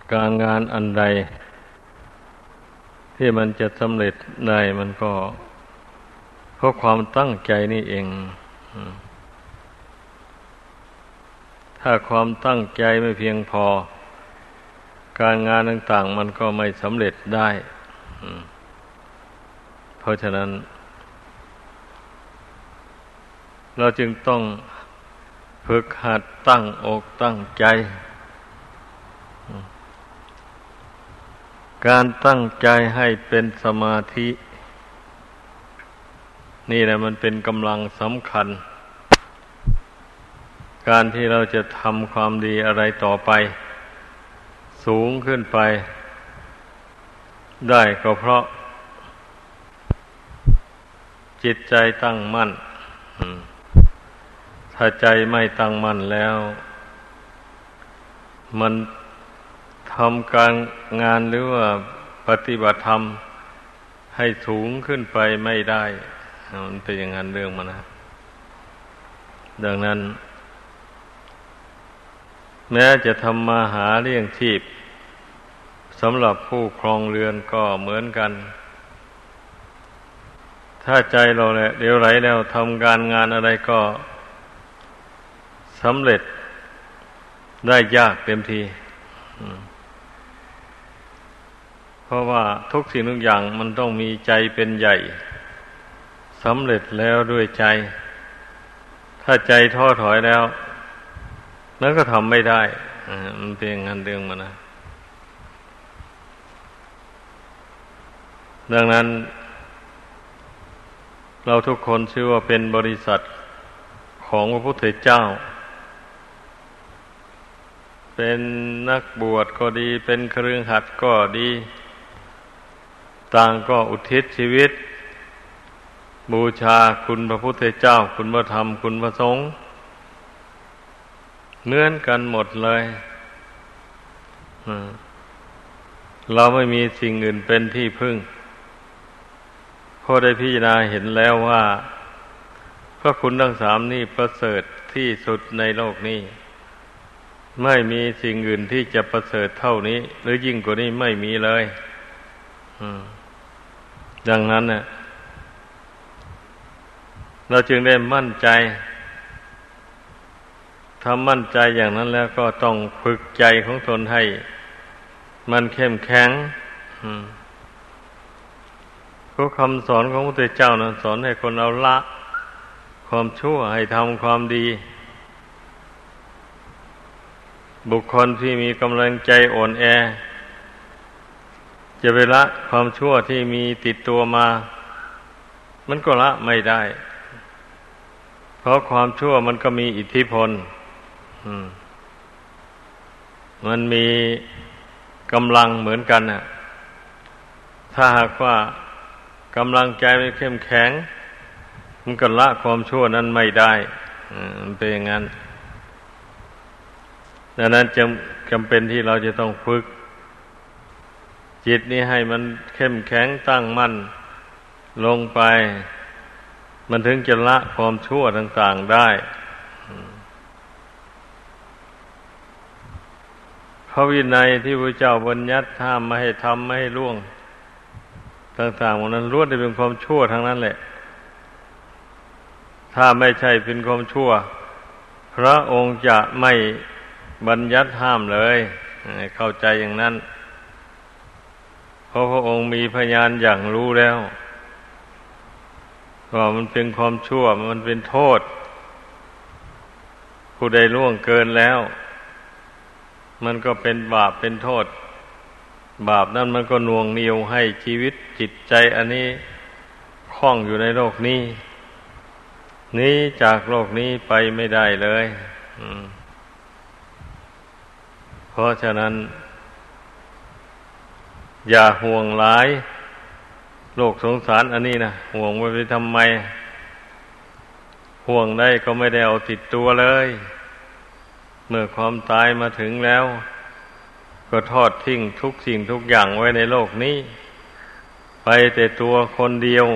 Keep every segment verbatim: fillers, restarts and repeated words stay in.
การงานอันใดที่มันจะสำเร็จได้มันก็เพราะความตั้งใจนี่เองถ้าความตั้งใจไม่เพียงพอการงานต่างๆมันก็ไม่สำเร็จได้เพราะฉะนั้นเราจึงต้องฝึกหัดตั้งอกตั้งใจการตั้งใจให้เป็นสมาธินี่แหละมันเป็นกำลังสำคัญการที่เราจะทำความดีอะไรต่อไปสูงขึ้นไปได้ก็เพราะจิตใจตั้งมั่นถ้าใจไม่ตั้งมั่นแล้วมันทำการงานหรือว่าปฏิบัติธรรมให้สูงขึ้นไปไม่ได้มันเป็นอย่างนั้นเรื่องมันนะดังนั้นแม้จะทำมาหาเลี้ยงชีพสำหรับผู้ครองเรือนก็เหมือนกันถ้าใจเราเนี่ยเดี๋ยวไหลแล้วทำการงานอะไรก็สำเร็จได้ยากเต็มทีเพราะว่าทุกสิ่งทุกอย่างมันต้องมีใจเป็นใหญ่สำเร็จแล้วด้วยใจถ้าใจท้อถอยแล้วนั้นก็ทำไม่ได้มันเป็นงานเรื่องมันนะดังนั้นเราทุกคนชื่อว่าเป็นบริษัทของพระพุทธเจ้าเป็นนักบวชก็ดีเป็นคฤหัสถ์ก็ดีต่างก็อุทิศชีวิตบูชาคุณพระพุทธเจ้าคุณพระธรรมคุณพระสงฆ์เหมือนกันหมดเลยเราไม่มีสิ่งอื่นเป็นที่พึ่งเพราะได้พิจารณาเห็นแล้วว่าพระคุณทั้งสามนี่ประเสริฐที่สุดในโลกนี้ไม่มีสิ่งอื่นที่จะประเสริฐเท่านี้หรือยิ่งกว่านี้ไม่มีเลยดังนั้นน่ะเราจึงได้มั่นใจถ้ามั่นใจอย่างนั้นแล้วก็ต้องฝึกใจของตนให้มันเข้มแข็งเพราะคำสอนของพระพุทธเจ้านั้นสอนให้คนเอาละความชั่วให้ทำความดีบุคคลที่มีกำลังใจอ่อนแอจะไปละความชั่วที่มีติดตัวมามันก็ละไม่ได้เพราะความชั่วมันก็มีอิทธิพลมันมีกำลังเหมือนกันน่ะถ้าหากว่ากำลังใจไม่เข้มแข็งมันก็ละความชั่วนั้นไม่ได้มันเป็นอย่างนั้นดังนั้นจำจำเป็นที่เราจะต้องฝึกจิตนี้ให้มันเข้มแข็งตั้งมั่นลงไปมันถึงจะละความชั่วต่างๆได้พระวินัยที่พระเจ้าบัญญัติห้ามไม่ให้ทำไม่ให้ล่วงต่างๆพวกนั้นล้วนแต่เป็นความชั่วทั้งนั้นแหละถ้าไม่ใช่เป็นความชั่วพระองค์จะไม่บัญญัติห้ามเลยเข้าใจอย่างนั้นเพราะพระองค์มีพยานอย่างรู้แล้วว่ามันเป็นความชั่วมันเป็นโทษผู้ใดล่วงเกินแล้วมันก็เป็นบาปเป็นโทษบาปนั้นมันก็น่วงเหนี่ยวให้ชีวิตจิตใจอันนี้คล้องอยู่ในโลกนี้หนีจากโลกนี้ไปไม่ได้เลยเพราะฉะนั้นอย่าห่วงหลายโลกสงสารอันนี้นะห่วงไว้ไปทำไมห่วงได้ก็ไม่ได้เอาติดตัวเลยเมื่อความตายมาถึงแล้วก็ทอดทิ้งทุกสิ่งทุกอย่างไว้ในโลกนี้ไปแต่ตัวคนเดียว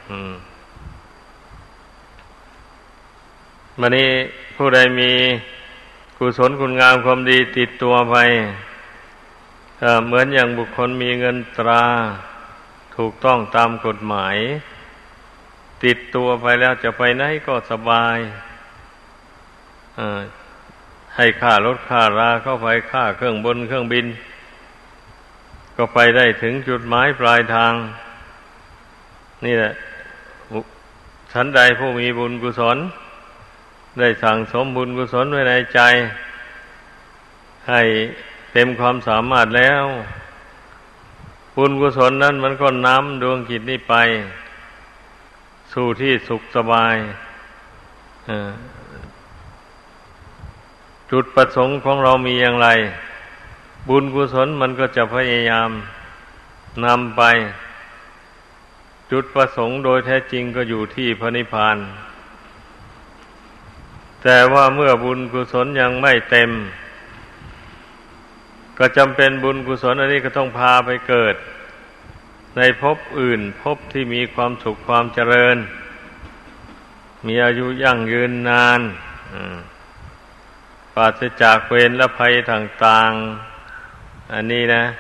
วันนี้ผู้ใดมีกุศลคุณงามความดีติดตัวไปเอ่อเหมือนอย่างบุคคลมีเงินตราถูกต้องตามกฎหมายติดตัวไปแล้วจะไปไหนก็สบายเอ่อให้ค่ารถค่าราเข้าไปค่าเครื่องบนเครื่องบินก็ไปได้ถึงจุดหมายปลายทางนี่แหละฉันใดผู้มีบุญกุศลได้สั่งสมบุญกุศลไว้ในใจให้เต็มความสามารถแล้วบุญกุศลนั้นมันก็นำดวงจิตนี้ไปสู่ที่สุขสบายจุดประสงค์ของเรามีอย่างไรบุญกุศลมันก็จะพยายามนำไปจุดประสงค์โดยแท้จริงก็อยู่ที่พระนิพพานแต่ว่าเมื่อบุญกุศลยังไม่เต็มก็จำเป็นบุญกุศลอันนี้ก็ต้องพาไปเกิดในภพอื่นภพที่มีความสุขความเจริญมีอายุยั่งยืนนานปราศจากเวรและภัยต่างๆอันนี้นะ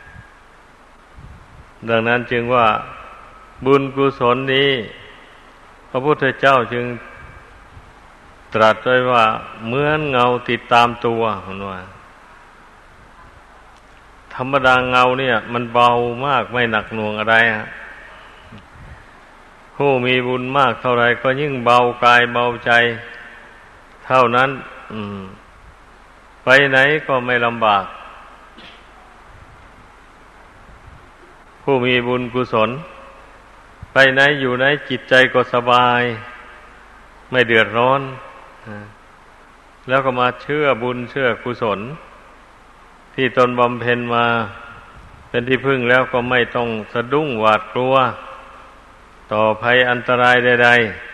ดังนั้นจึงว่าบุญกุศลนี้พระพุทธเจ้าจึงตรัสไว้ว่าเหมือนเงาติดตามตัวมันว่าธรรมดาเงาเนี่ยมันเบามากไม่หนักหน่วงอะไรอ่ะผู้มีบุญมากเท่าไรก็ยิ่งเบากายเบาใจเท่านั้นอืมไปไหนก็ไม่ลำบากผู้มีบุญกุศลไปไหนอยู่ไหนจิตใจก็สบายไม่เดือดร้อนแล้วก็มาเชื่อบุญเชื่อกุศลที่ตนบำเพ็ญมาเป็นที่พึ่งแล้วก็ไม่ต้องสะดุ้งหวาดกลัวต่อภัยอันตรายใด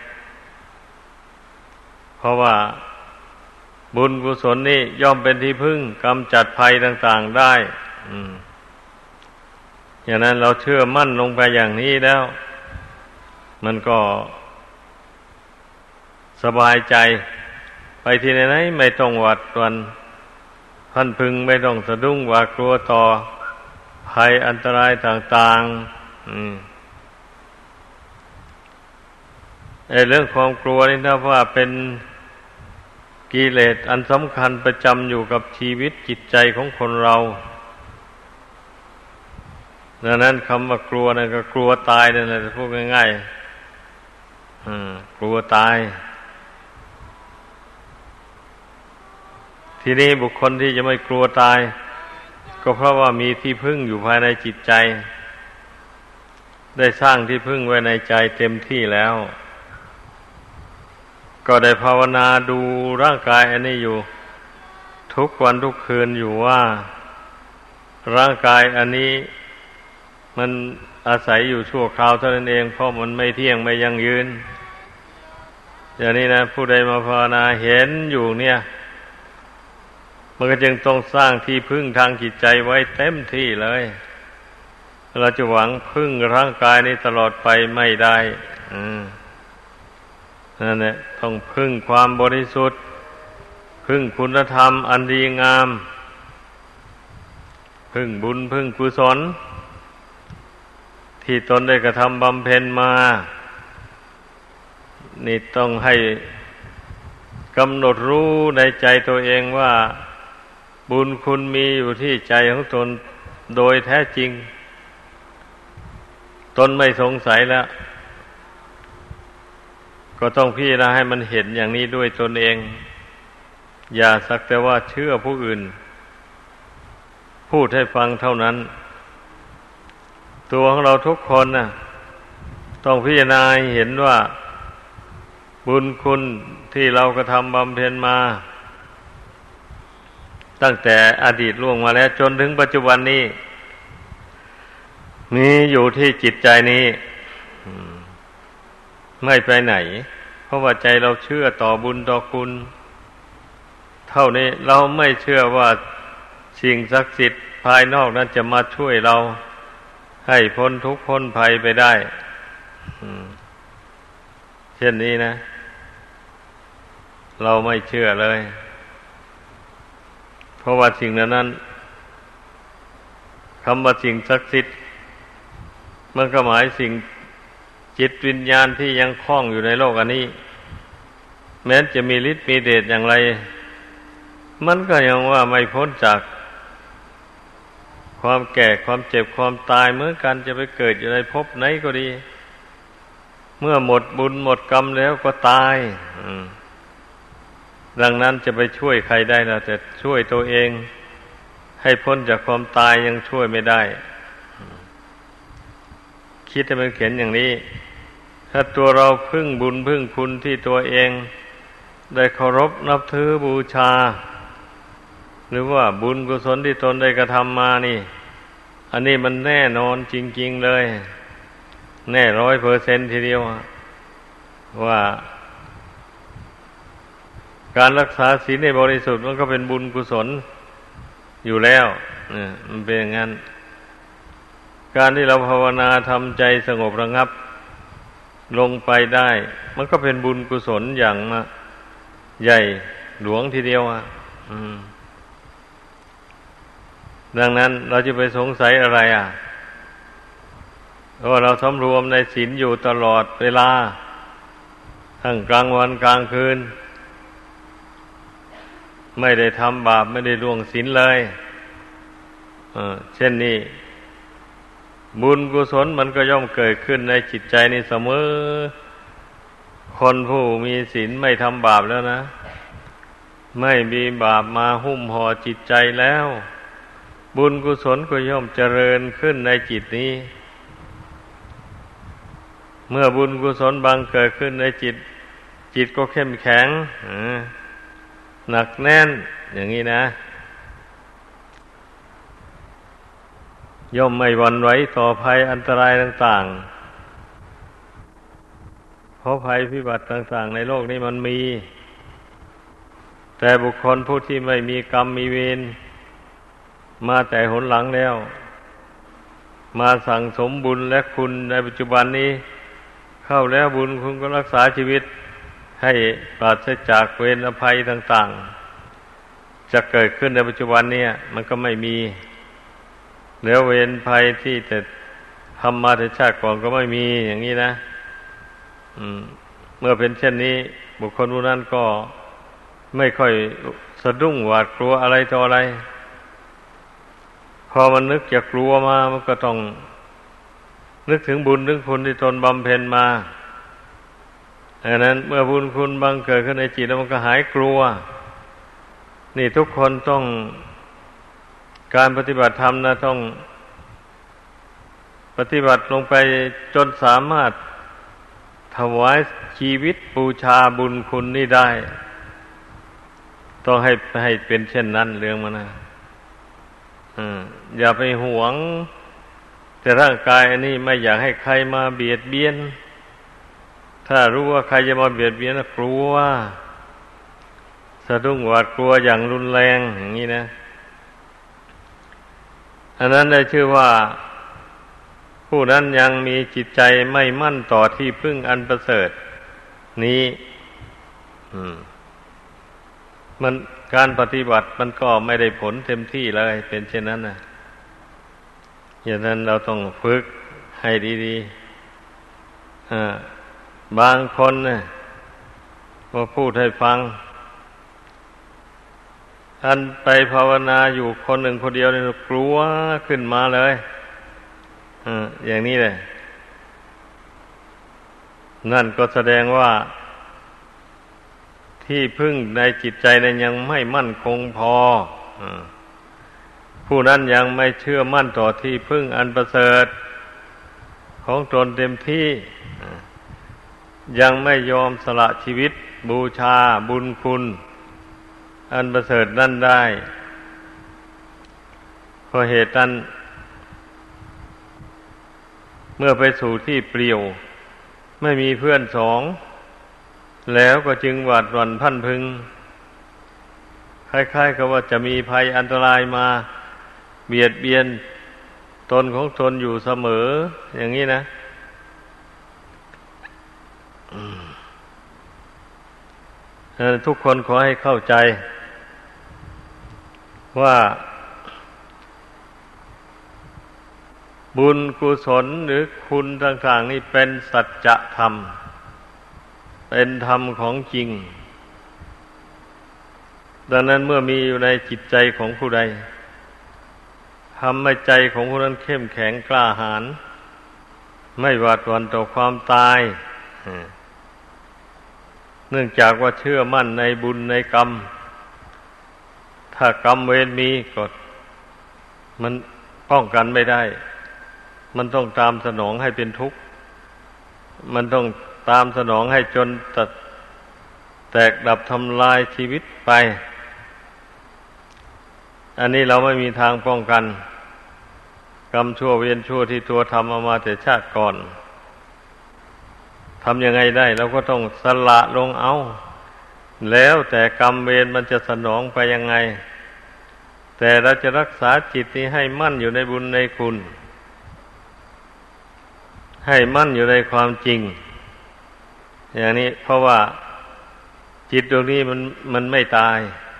ๆเพราะว่าบุญกุศลนี่ย่อมเป็นที่พึ่งกำจัดภัยต่างๆได้อย่างนั้นเราเชื่อมั่นลงไปอย่างนี้แล้วมันก็สบายใจไปที่ไหนๆไม่ต้องหวาดหวั่นพันพึงไม่ต้องสะดุ้งหวาดกลัวต่อภัยอันตรายต่างๆอืมไอ้เรื่องความกลัวนี่นะว่าเป็นกิเลสอันสำคัญประจำอยู่กับชีวิตจิตใจของคนเราดังนั้นคำว่ากลัวนั่นก็กลัวตายนั่นแหละพูดง่ายๆอืมกลัวตายทีนี้บุคคลที่จะไม่กลัวตายก็เพราะว่ามีที่พึ่งอยู่ภายในจิตใจได้สร้างที่พึ่งไว้ในใจเต็มที่แล้วก็ได้ภาวนาดูร่างกายอันนี้อยู่ทุกวันทุกคืนอยู่ว่าร่างกายอันนี้มันอาศัยอยู่ชั่วคราวเท่านั้นเองเพราะมันไม่เที่ยงไม่ยั่งยืนอย่างนี้นะผู้ใดมาภาวนาเห็นอยู่เนี่ยมันก็จึงต้องสร้างที่พึ่งทางจิตใจไว้เต็มที่เลยเราจะหวังพึ่งร่างกายนี้ตลอดไปไม่ได้อืมนั่นแหละต้องพึ่งความบริสุทธิ์พึ่งคุณธรรมอันดีงามพึ่งบุญพึ่งกุศลที่ตนได้กระทำบำเพ็ญมานี่ต้องให้กำหนดรู้ในใจตัวเองว่าบุญคุณมีอยู่ที่ใจของตนโดยแท้จริงตนไม่สงสัยแล้วก็ต้องพิจารณาให้มันเห็นอย่างนี้ด้วยตนเองอย่าสักแต่ว่าเชื่อผู้อื่นพูดให้ฟังเท่านั้นตัวของเราทุกคนน่ะต้องพิจารณาเห็นว่าบุญคุณที่เรากระทำบำเพ็ญมาตั้งแต่อดีตล่วงมาแล้วจนถึงปัจจุบันนี้มีอยู่ที่จิตใจนี้ไม่ไปไหนเพราะว่าใจเราเชื่อต่อบุญต่อคุณเท่านี้เราไม่เชื่อว่าสิ่งศักดิ์สิทธิ์ภายนอกนั้นจะมาช่วยเราให้พ้นทุกข์พ้นภัยไปได้เช่นนี้นะเราไม่เชื่อเลยเพราะว่าสิ่งนั้นนั้นคำว่าสิ่งศักดิ์สิทธิ์มันก็หมายสิ่งจิตวิญญาณที่ยังคล้องอยู่ในโลกอันนี้แม้จะมีฤทธิ์มีเดชอย่างไรมันก็ยังว่าไม่พ้นจากความแก่ความเจ็บความตายเหมือนกันจะไปเกิดอยู่ในภพไหนก็ดีเมื่อหมดบุญหมดกรรมแล้วก็ตายดังนั้นจะไปช่วยใครได้ล่ะแต่ช่วยตัวเองให้พ้นจากความตายยังช่วยไม่ได้คิดให้มันเขียนอย่างนี้ถ้าตัวเราพึ่งบุญพึ่งคุณที่ตัวเองได้เคารพนับถือบูชาหรือว่าบุญกุศลที่ตนได้กระทำมานี่อันนี้มันแน่นอนจริงๆเลยแน่ร้อยเปอร์เซ็นต์ทีเดียวว่าการรักษาศีลในบริสุทธิ์มันก็เป็นบุญกุศลอยู่แล้วเนี่ยมันเป็นอย่างนั้นการที่เราภาวนาทำใจสงบระงับลงไปได้มันก็เป็นบุญกุศลอย่างใหญ่หลวงทีเดียวอ่ะดังนั้นเราจะไปสงสัยอะไรอ่ะเพราะเราสำรวมในศีลอยู่ตลอดเวลาทั้งกลางวันกลางคืนไม่ได้ทำบาปไม่ได้ล่วงศีลเลยเออเช่นนี้บุญกุศลมันก็ย่อมเกิดขึ้นในจิตใจนี่เสมอคนผู้มีศีลไม่ทำบาปแล้วนะไม่มีบาปมาหุ้มห่อจิตใจแล้วบุญกุศลก็ย่อมเจริญขึ้นในจิตนี้เมื่อบุญกุศลบังเกิดขึ้นในจิตจิตก็เข้มแข็งหนักแน่นอย่างนี้นะย่อมไม่หวั่นไหวต่อภัยอันตรายต่างๆเพราะภัยพิบัติต่างๆในโลกนี้มันมีแต่บุคคลผู้ที่ไม่มีกรรมมีเวรมาแต่หนหลังแล้วมาสั่งสมบุญและคุณในปัจจุบันนี้เข้าแล้วบุญคุณก็รักษาชีวิตให้ปราศจากเวรภัยต่างๆจะเกิดขึ้นในปัจจุบันนี้มันก็ไม่มีแล้วเวรภัยที่แต่ทำมาแต่ชาติก่อนก็ไม่มีอย่างนี้นะเมื่อเป็นเช่นนี้บุคคลผู้นั้นก็ไม่ค่อยสะดุ้งหวาดกลัวอะไรต่ออะไรพอมันนึกจะกลัวมามันก็ต้องนึกถึงบุญนึกคุณที่ตนบำเพ็ญมาดังนั้นเมื่อบุญคุณบังเกิดขึ้นในจิตแล้วมันก็หายกลัวนี่ทุกคนต้องการปฏิบัติธรรมนะต้องปฏิบัติลงไปจนสามารถถวายชีวิตบูชาบุญคุณนี่ได้ต้องให้ให้เป็นเช่นนั้นเรื่องมันนะอ่าอย่าไปหวงแต่ร่างกายอันนี้ไม่อยากให้ใครมาเบียดเบียนถ้ารู้ว่าใครจะมาเบียดเบียนนะกลัวสะดุ้งหวาดกลัวอย่างรุนแรงอย่างนี้นะอันนั้นได้ชื่อว่าผู้นั้นยังมีจิตใจไม่มั่นต่อที่พึ่งอันประเสริฐนี้มันการปฏิบัติมันก็ไม่ได้ผลเต็มที่เลยเป็นเช่นนั้นนะอย่างนั้นเราต้องฝึกให้ดีๆบางคนเนี่ยพอพูดให้ฟังท่านไปภาวนาอยู่คนหนึ่งคนเดียวเนี่ยกลัวขึ้นมาเลยอ่าอย่างนี้เลยนั่นก็แสดงว่าที่พึ่งในจิตใจนั้นยังไม่มั่นคงพออ่าผู้นั้นยังไม่เชื่อมั่นต่อที่พึ่งอันประเสริฐของตนเต็มที่ยังไม่ยอมสละชีวิตบูชาบุญคุณอันประเสริฐนั่นได้เพราะเหตุนั้นเมื่อไปสู่ที่เปลี่ยวไม่มีเพื่อนสองแล้วก็จึงหวาดหวั่นพันพึงคล้ายๆกับว่าจะมีภัยอันตรายมาเบียดเบียนตนของตนอยู่เสมออย่างนี้นะทุกคนขอให้เข้าใจบุญกุศลหรือคุณต่างๆนี่เป็นสัจธรรมเป็นธรรมของจริงดังนั้นเมื่อมีอยู่ในจิตใจของผู้ใดทำให้ใจของผู้นั้นเข้มแข็งกล้าหาญไม่หวาดหวั่นต่อความตายเนื่องจากว่าเชื่อมั่นในบุญในกรรมถ้ากรรมเวรมีก็มันป้องกันไม่ได้มันต้องตามสนองให้เป็นทุกข์มันต้องตามสนองให้จนตัดแตกดับทำลายชีวิตไปอันนี้เราไม่มีทางป้องกันกรรมชั่วเวรชั่วที่ตัวทำเอามาแต่ชาติก่อนทำยังไงได้เราก็ต้องสละลงเอาแล้วแต่กรรมเวรมันจะสนองไปยังไงแต่เราจะรักษาจิตนี้ให้มั่นอยู่ในบุญในคุณให้มั่นอยู่ในความจริงอย่างนี้เพราะว่าจิตดวงนี้มันมันไม่ตาย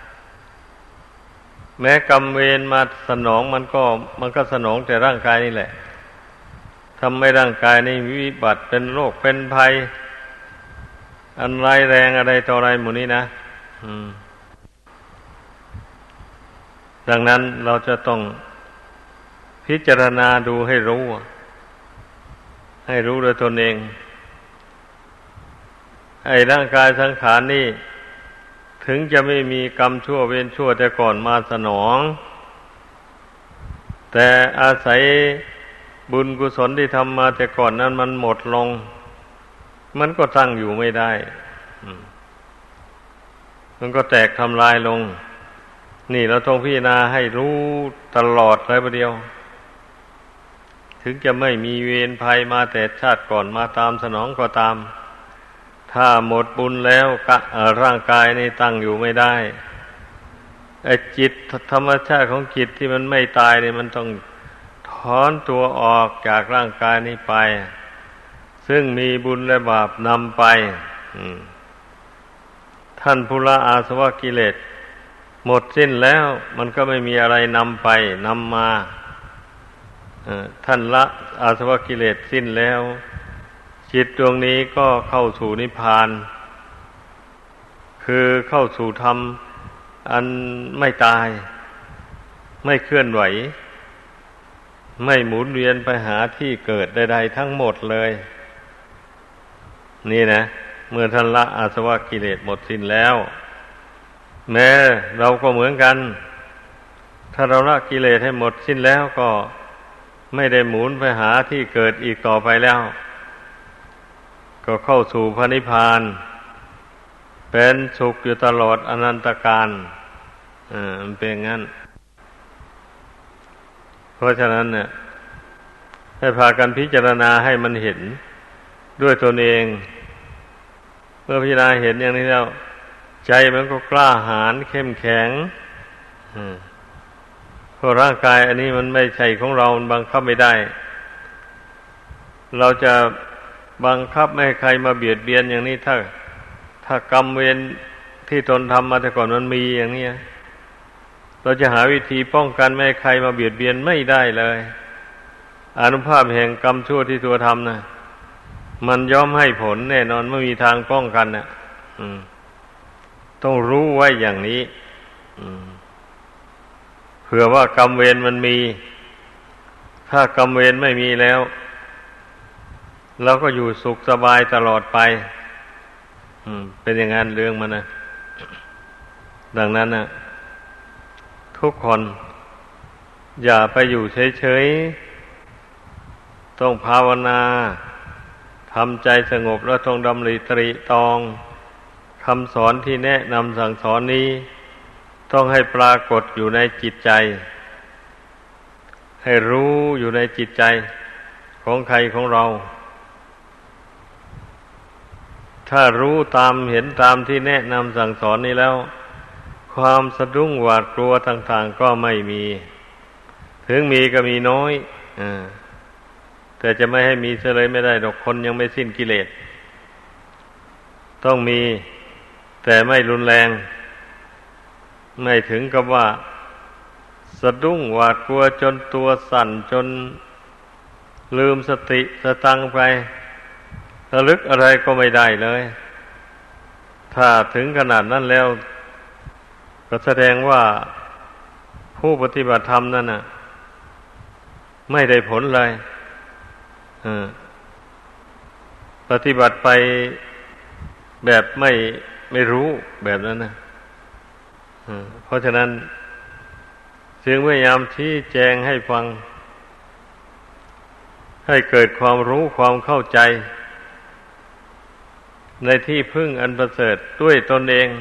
แม้กรรมเวรมาสนองมันก็มันก็สนองแต่ร่างกายนี่แหละทำให้ร่างกายนี้วิบัติเป็นโรคเป็นภัยอันร้ายแรงอะไรต่ออะไรหมู่นี้นะดังนั้นเราจะต้องพิจารณาดูให้รู้ให้รู้โดยตนเองไอ้ร่างกายสังขารนี่ถึงจะไม่มีกรรมชั่วเวรชั่วแต่ก่อนมาสนองแต่อาศัยบุญกุศลที่ทำมาแต่ก่อนนั้นมันหมดลงมันก็ตั้งอยู่ไม่ได้มันก็แตกทำลายลงนี่เราต้องพิจารณาให้รู้ตลอดเลยประเดียวถึงจะไม่มีเวรภัยมาแต่ชาติก่อนมาตามสนองก็ตามถ้าหมดบุญแล้วร่างกายนี่ตั้งอยู่ไม่ได้ไอ้จิตธรรมชาติของจิตที่มันไม่ตายนี่มันต้องถอนตัวออกจากร่างกายนี้ไปซึ่งมีบุญและบาปนำไปท่านผู้ละอาสวะกิเลสหมดสิ้นแล้วมันก็ไม่มีอะไรนำไปนำมาท่านละอาสวะกิเลสสิ้นแล้วจิตดวงนี้ก็เข้าสู่นิพพานคือเข้าสู่ธรรมอันไม่ตายไม่เคลื่อนไหวไม่หมุนเวียนไปหาที่เกิดใดๆทั้งหมดเลยนี่นะเมื่อท่านละอาสวะกิเลสหมดสิ้นแล้วแม้เราก็เหมือนกันถ้าเราละกิเลสให้หมดสิ้นแล้วก็ไม่ได้หมุนไปหาที่เกิดอีกต่อไปแล้วก็เข้าสู่พระนิพพานเป็นสุขอยู่ตลอดอนันตกาลอ่ามันเป็นงั้นเพราะฉะนั้นเนี่ยให้พากันพิจารณาให้มันเห็นด้วยตนเองเมื่อพิจารณาเห็นอย่างนี้แล้วใจมันก็กล้าหาญเข้มแข็งเพราะร่างกายอันนี้มันไม่ใช่ของเรามันบังคับไม่ได้เราจะบังคับไม่ให้ใครมาเบียดเบียนอย่างนี้ถ้าถ้ากรรมเวรที่ตนทำมาแต่ก่อนมันมีอย่างนี้เราจะหาวิธีป้องกันไม่ให้ใครมาเบียดเบียนไม่ได้เลยอานุภาพแห่งกรรมชั่วที่ตัวทำนะมันย่อมให้ผลแน่นอนไม่มีทางป้องกันนะต้องรู้ไว้อย่างนี้เผื่อว่ากรรมเวรมันมีถ้ากรรมเวรไม่มีแล้วเราก็อยู่สุขสบายตลอดไปเป็นอย่างนั้นเรื่องมันนะดังนั้นนะทุกคนอย่าไปอยู่เฉยๆต้องภาวนาทำใจสงบแล้วต้องดำริตรีตองคำสอนที่แนะนำสั่งสอนนี้ต้องให้ปรากฏอยู่ในจิตใจให้รู้อยู่ในจิตใจของใครของเราถ้ารู้ตามเห็นตามที่แนะนำสั่งสอนนี้แล้วความสะดุ้งหวาดกลัวต่างๆก็ไม่มีถึงมีก็มีน้อยอ่าแต่จะไม่ให้มีเสียเลยไม่ได้ดอกคนยังไม่สิ้นกิเลสต้องมีแต่ไม่รุนแรงไม่ถึงกับว่าสะดุ้งหวาดกลัวจนตัวสั่นจนลืมสติสตังไประลึกอะไรก็ไม่ได้เลยถ้าถึงขนาดนั้นแล้วก็แสดงว่าผู้ปฏิบัติธรรมนั่นน่ะไม่ได้ผลเลยปฏิบัติไปแบบไม่ไม่รู้แบบนั้นนะเพราะฉะนั้นจึงพยายามชี้แจงให้ฟังให้เกิดความรู้ความเข้าใจในที่พึ่งอันประเสริฐด้วยตนเอง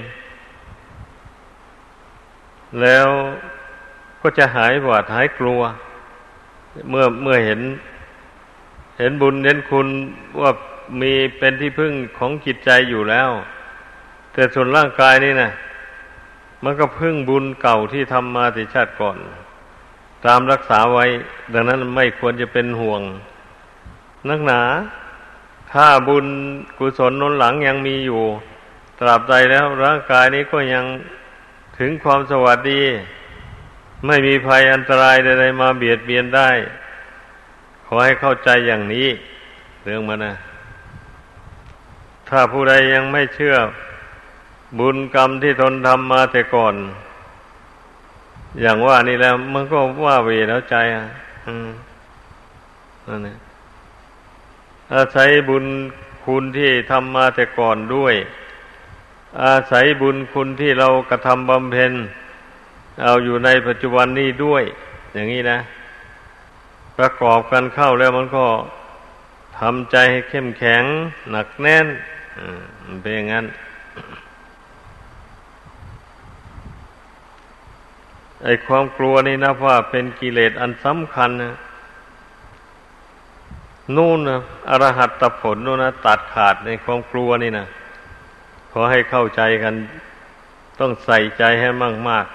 แล้วก็จะหายหวาดหายกลัวเมื่อเมื่อเห็นเห็นบุญเห็นคุณว่ามีเป็นที่พึ่งของจิตใจอยู่แล้วแต่ส่วนร่างกายนี่นะมันก็พึ่งบุญเก่าที่ทำมาแต่ชาติก่อนตามรักษาไว้ดังนั้นไม่ควรจะเป็นห่วงนักหนาถ้าบุญกุศลหนุนหลังยังมีอยู่ตราบใดแล้วร่างกายนี้ก็ยังถึงความสวัสดีไม่มีภัยอันตรายใดๆมาเบียดเบียนได้ขอให้เข้าใจอย่างนี้เรื่องมันนะถ้าผู้ใดยังไม่เชื่อบุญกรรมที่ตนทำมาแต่ก่อนอย่างว่านี่แล้วมันก็ว่าเวแล้วใจอ่ะอืมนั่นแหละอาศัยบุญคุณที่ทำมาแต่ก่อนด้วยอาศัยบุญคุณที่เรากระทำบำเพ็ญเอาอยู่ในปัจจุบันนี้ด้วยอย่างนี้นะประกอบกันเข้าแล้วมันก็ทำใจให้เข้มแข็งหนักแน่นมันเป็นอย่างนั้นไอ้ความกลัวนี่นะว่าเป็นกิเลสอันสำคัญนะนู่นนะอรหัตผลนู่นนะตัดขาดในความกลัวนี่นะขอให้เข้าใจกันต้องใส่ใจให้มาก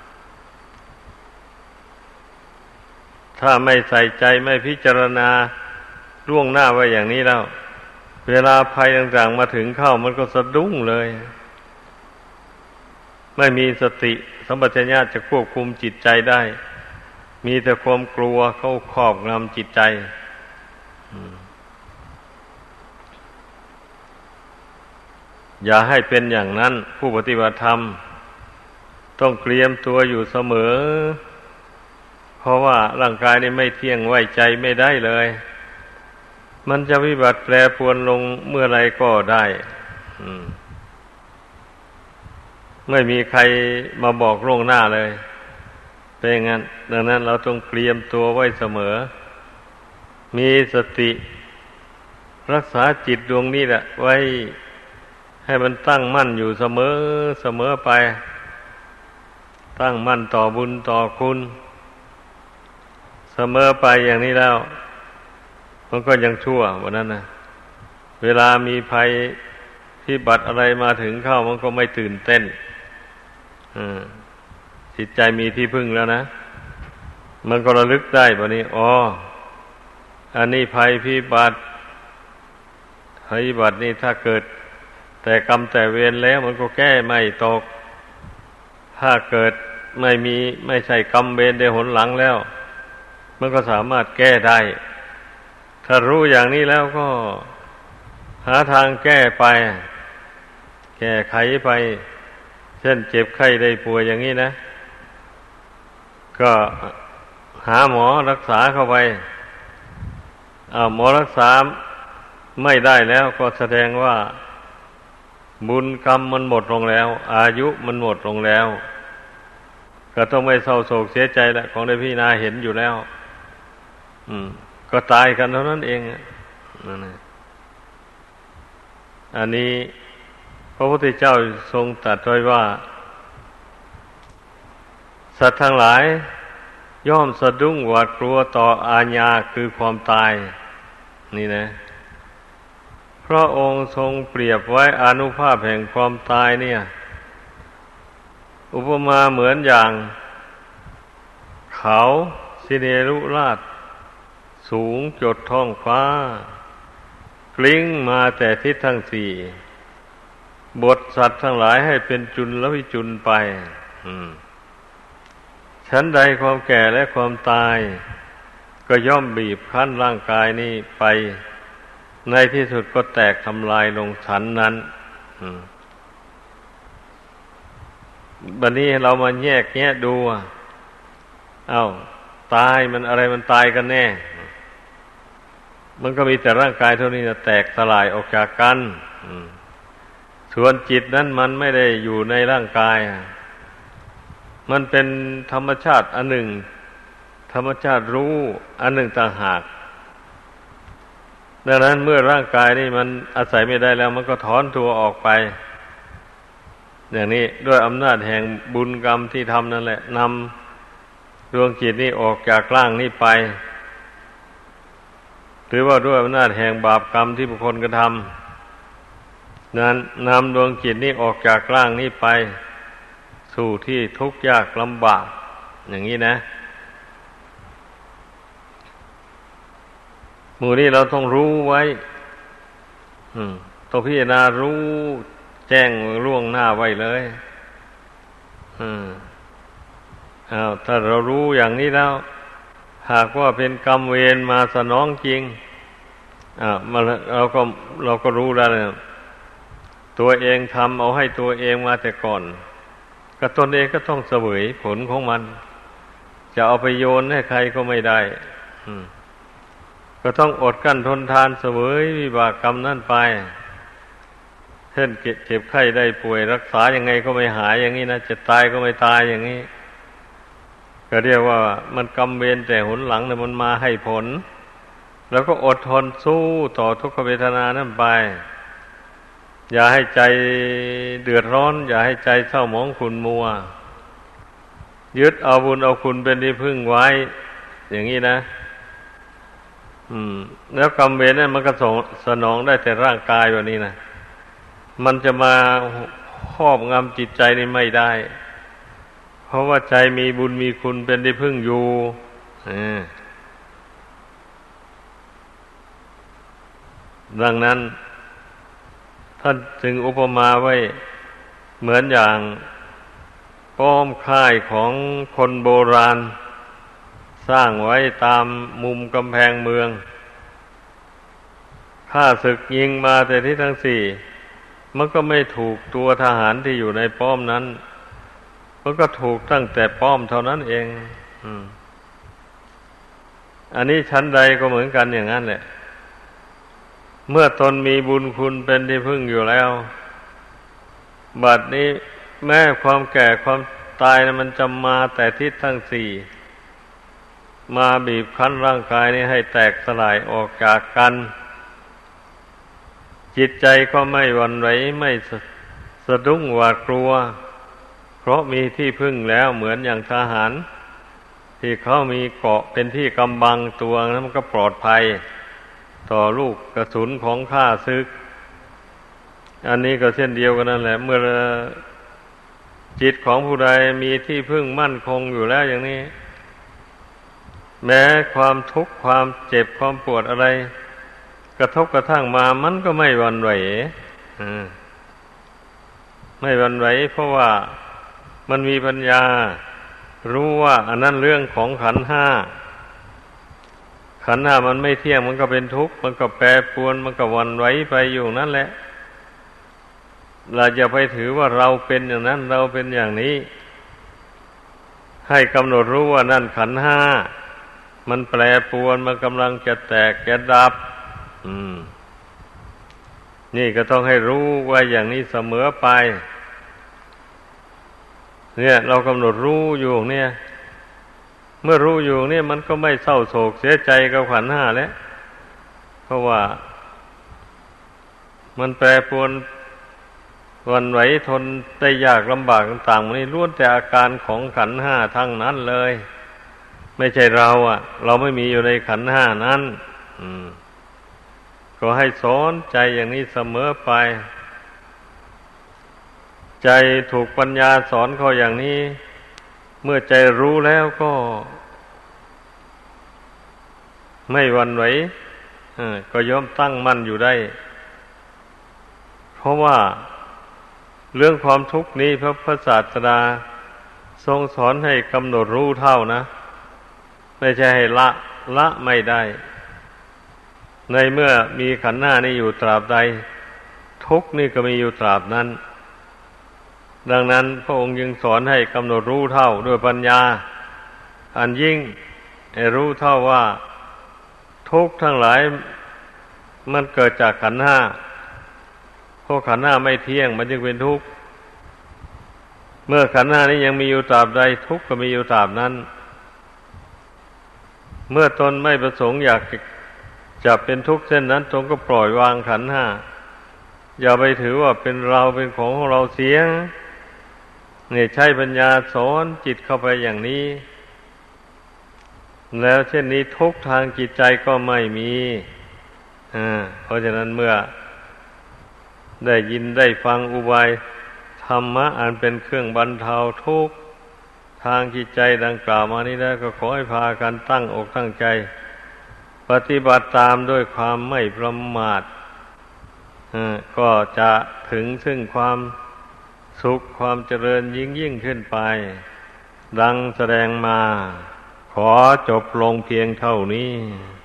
ๆถ้าไม่ใส่ใจไม่พิจารณาล่วงหน้าไว้อย่างนี้แล้วเวลาภัยต่างๆมาถึงเข้ามันก็สะดุ้งเลยไม่มีสติสัมปชัญญะจะควบคุมจิตใจได้มีแต่ความกลัวเข้าครอบงำจิตใจอย่าให้เป็นอย่างนั้นผู้ปฏิบัติธรรมต้องเตรียมตัวอยู่เสมอเพราะว่าร่างกายนี่ไม่เที่ยงไว้ใจไม่ได้เลยมันจะวิบัติแปรปรวนลงเมื่อไรก็ได้ไม่มีใครมาบอกล่วงหน้าเลยเป็นอย่างนั้นดังนั้นเราต้องเตรียมตัวไว้เสมอมีสติรักษาจิตดวงนี้แหละไว้ให้มันตั้งมั่นอยู่เสมอเสมอไปตั้งมั่นต่อบุญต่อคุณเสมอไปอย่างนี้แล้วมันก็ยังชั่ววันนั้นนะเวลามีภัยพิบัติอะไรมาถึงเข้ามันก็ไม่ตื่นเต้นจิตใจมีที่พึ่งแล้วนะมันก็ระลึกได้แบบนี้อ๋ออันนี้ภัยพิบัติภัยพิบัตินี่ถ้าเกิดแต่กรรมแต่เวรแล้วมันก็แก้ไม่ตกถ้าเกิดไม่มีไม่ใช่กรรมเวรในหนหลังแล้วมันก็สามารถแก้ได้ถ้ารู้อย่างนี้แล้วก็หาทางแก้ไปแก้ไขไปเช่นเจ็บไข้ได้ป่วยอย่างนี้นะก็หาหมอรักษาเข้าไปอ้าวหมอรักษาไม่ได้แล้วก็แสดงว่าบุญกรรมมันหมดลงแล้วอายุมันหมดลงแล้วก็ต้องไม่เศร้าโศกเสียใจแล้วของได้พี่นาเห็นอยู่แล้วอืมก็ตายกันเท่านั้นเองนั่นแหละอันนี้พระพุทธเจ้าทรงตรัสไว้ว่าสัตว์ทั้งหลายย่อมสะดุ้งหวาดกลัวต่ออาญาคือความตายนี่นะพระองค์ทรงเปรียบไว้อานุภาพแห่งความตายเนี่ยอุปมาเหมือนอย่างเขาสิเนรุราชสูงจดท้องฟ้ากลิ้งมาแต่ทิศทั้งสี่บทสัตว์ทั้งหลายให้เป็นจุลวิจุลไปชั้นใดความแก่และความตายก็ย่อมบีบคั้นร่างกายนี้ไปในที่สุดก็แตกทำลายลงฉันนั้นบัดนี้เรามาแยกแยะดูเอ้าตายมันอะไรมันตายกันแน่มันก็มีแต่ร่างกายเท่านี้นะแตกสลายออกจากกันส่วนจิตนั้นมันไม่ได้อยู่ในร่างกายมันเป็นธรรมชาติอันหนึ่งธรรมชาติรู้อันหนึ่งต่างหากดังนั้นเมื่อร่างกายนี่มันอาศัยไม่ได้แล้วมันก็ถอนตัวออกไปอย่างนี้ด้วยอำนาจแห่งบุญกรรมที่ทำนั่นแหละนำดวงจิตนี้ออกจากร่างนี้ไปหรือว่าด้วยอำนาจแห่งบาปกรรมที่บุคคลกระทำนั้นนำดวงจิตนี้ออกจากร่างนี้ไปสู่ที่ทุกข์ยากลำบากอย่างนี้นะหมู่นี้เราต้องรู้ไว้ต้องพิจารณารู้แจ้งล่วงหน้าไว้เลยอ้าวถ้าเรารู้อย่างนี้แล้วหากว่าเป็นกรรมเวรมาสนองจริงอ่ามาเราก็เราก็รู้แล้วนะตัวเองทำเอาให้ตัวเองมาแต่ก่อนก็ตนเองก็ต้องเสวยผลของมันจะเอาไปโยนให้ใครก็ไม่ได้ก็ต้องอดกั้นทนทานเสวยวิบากกรรมนั่นไปเช่นเจ็บไข้ได้ป่วยรักษายังไงก็ไม่หายอย่างนี้นะจะตายก็ไม่ตายอย่างนี้ก็เรียกว่ามันกรรมเวรแต่หนหลังเนี่ยมันมาให้ผลแล้วก็อดทนสู้ต่อทุกขเวทนานั่นไปอย่าให้ใจเดือดร้อนอย่าให้ใจเศร้าหมองขุ่นมัวยึดเอาบุญเอาคุณเป็นที่พึ่งไว้อย่างนี้นะอืมแล้วกรรมเวรนั่นมันก็ส่งสนองได้แต่ร่างกายแบบนี้นะมันจะมาครอบงำจิตใจนี่ไม่ได้เพราะว่าใจมีบุญมีคุณเป็นที่พึ่งอยู่ดังนั้นท่านจึงอุปมาไว้เหมือนอย่างป้อมค่ายของคนโบราณสร้างไว้ตามมุมกำแพงเมืองข้าศึกยิงมาแต่ที่ทั้งสี่มันก็ไม่ถูกตัวทหารที่อยู่ในป้อมนั้นมันก็ถูกตั้งแต่ป้อมเท่านั้นเองอืมอันนี้ชั้นใดก็เหมือนกันอย่างนั้นแหละเมื่อตนมีบุญคุณเป็นที่พึ่งอยู่แล้วบัดนี้แม้ความแก่ความตายนะมันจะมาแต่ทิศทั้งสี่มาบีบคั้นร่างกายนี้ให้แตกสลายออกจากกันจิตใจก็ไม่หวั่นไหวไม่สะดุ้งหวาดกลัวเพราะมีที่พึ่งแล้วเหมือนอย่างทหารที่เขามีเกราะเป็นที่กำบังตัวนั้นมันก็ปลอดภัยต่อลูกกระสุนของข้าศึกอันนี้ก็เช่นเดียวกันนั่นแหละเมื่อจิตของผู้ใดมีที่พึ่งมั่นคงอยู่แล้วอย่างนี้แม้ความทุกข์ความเจ็บความปวดอะไรกระทบกระทั่งมามันก็ไม่หวั่นไหวไม่หวั่นไหวเพราะว่ามันมีปัญญารู้ว่าอันนั้นเรื่องของขันธ์ห้าขันธ์ห้ามันไม่เที่ยงมันก็เป็นทุกข์มันก็แปรปรวนมันก็หวั่นไหวไปอยู่นั่นแหละเราจะไปถือว่าเราเป็นอย่างนั้นเราเป็นอย่างนี้ให้กำหนดรู้ว่านั่นขันธ์ห้ามันแปรปรวนมันกำลังจะแตกจะดับอืมนี่ก็ต้องให้รู้ว่าอย่างนี้เสมอไปเนี่ยเรากำหนดรู้อยู่เนี่ยเมื่อรู้อยู่เนี่ยมันก็ไม่เศร้าโศกเสียใจกับขันธ์ห้าแล้วเพราะว่ามันแปรปรวนหวั่นไหวทนได้ยากลำบากต่างๆมันนี่ล้วนแต่อาการของขันธ์ห้าทั้งนั้นเลยไม่ใช่เราอ่ะเราไม่มีอยู่ในขันธ์ห้านั้นอืมก็ให้สอนใจอย่างนี้เสมอไปใจถูกปัญญาสอนเขาอย่างนี้เมื่อใจรู้แล้วก็ไม่หวั่นไหวก็ย่อมตั้งมั่นอยู่ได้เพราะว่าเรื่องความทุกข์นี้พระพุทธศาสดาทรงสอนให้กำหนดรู้เท่านะไม่ใช่ให้ละละไม่ได้ ในเมื่อมีขันธ์ห้านี้อยู่ตราบใดทุกข์นี่ก็มีอยู่ตราบนั้นดังนั้นพระองค์จึงสอนให้กำหนดรู้เท่าด้วยปัญญาอันยิ่งให้รู้เท่าว่าทุกข์ทั้งหลายมันเกิดจากขันธ์ห้าเพราะขันธ์ห้าไม่เที่ยงมันจึงเป็นทุกข์เมื่อขันธ์ห้านี้ยังมีอยู่ตราบใดทุกข์ก็มีอยู่ตราบนั้นเมื่อตนไม่ประสงค์อยากจะเป็นทุกข์เช่นนั้นตนก็ปล่อยวางขันธ์ห้าอย่าไปถือว่าเป็นเราเป็นของของเราเสียเนี่ยใช้ปัญญาสอนจิตเข้าไปอย่างนี้แล้วเช่นนี้ทุกทางจิตใจก็ไม่มีอ่าเพราะฉะนั้นเมื่อได้ยินได้ฟังอุบายธรรมะอันเป็นเครื่องบรรเทาทุกข์ทางจิตใจดังกล่าวมานี้แล้วก็ขอให้พากันตั้งอกตั้งใจปฏิบัติตามด้วยความไม่ประมาทก็จะถึงซึ่งความสุขความเจริญยิ่งยิ่งขึ้นไปดังแสดงมาขอจบลงเพียงเท่านี้